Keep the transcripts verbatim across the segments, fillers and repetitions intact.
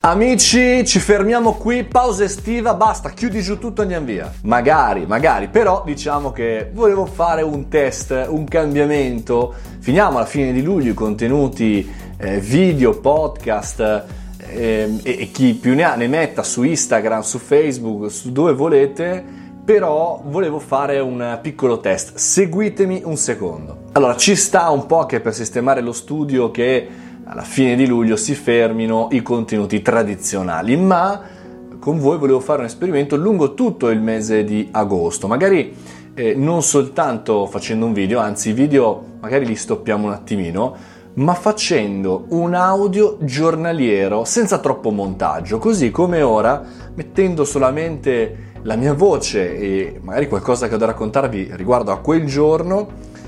Amici, ci fermiamo qui, pausa estiva, basta, chiudi giù tutto e andiamo via. Magari, magari, però diciamo che volevo fare un test, un cambiamento. Finiamo alla fine di luglio i contenuti eh, video, podcast eh, e, e chi più ne ha ne metta su Instagram, su Facebook, su dove volete, però volevo fare un piccolo test. Seguitemi un secondo. Allora, ci sta un po' che per sistemare lo studio che alla fine di luglio si fermino i contenuti tradizionali, ma con voi volevo fare un esperimento lungo tutto il mese di agosto, magari eh, non soltanto facendo un video, anzi i video magari li stoppiamo un attimino, ma facendo un audio giornaliero senza troppo montaggio, così come ora, mettendo solamente la mia voce e magari qualcosa che ho da raccontarvi riguardo a quel giorno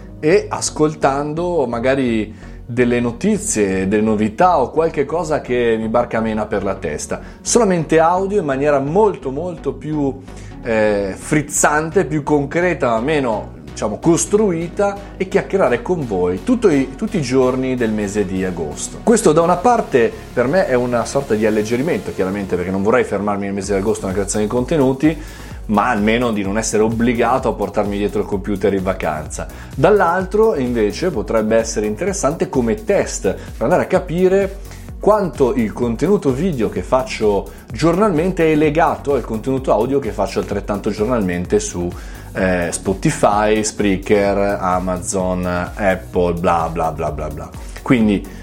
e ascoltando magari delle notizie, delle novità o qualche cosa che mi barcamena per la testa. Solamente audio in maniera molto molto più eh, frizzante, più concreta, meno diciamo costruita, e chiacchierare con voi tutto i, tutti i giorni del mese di agosto. Questo da una parte per me è una sorta di alleggerimento, chiaramente, perché non vorrei fermarmi nel mese di agosto nella creazione di contenuti, ma almeno di non essere obbligato a portarmi dietro il computer in vacanza. Dall'altro invece potrebbe essere interessante come test per andare a capire quanto il contenuto video che faccio giornalmente è legato al contenuto audio che faccio altrettanto giornalmente su eh, Spotify, Spreaker, Amazon, Apple, bla bla bla bla bla. Quindi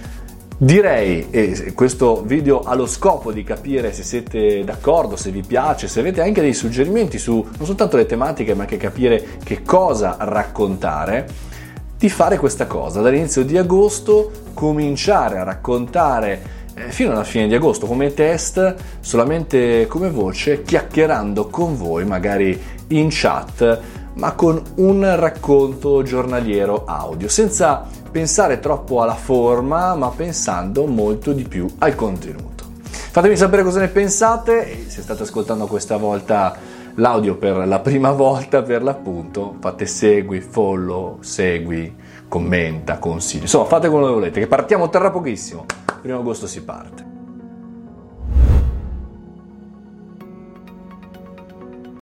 direi, e questo video ha lo scopo di capire se siete d'accordo, se vi piace, se avete anche dei suggerimenti su non soltanto le tematiche ma anche capire che cosa raccontare, di fare questa cosa. Dall'inizio di agosto cominciare a raccontare eh, fino alla fine di agosto come test, solamente come voce, chiacchierando con voi magari in chat, ma con un racconto giornaliero audio, senza pensare troppo alla forma, ma pensando molto di più al contenuto. Fatemi sapere cosa ne pensate, e se state ascoltando questa volta l'audio per la prima volta per l'appunto, fate segui, follow, segui, commenta, consigli, insomma fate come volete, che partiamo tra pochissimo, primo agosto si parte.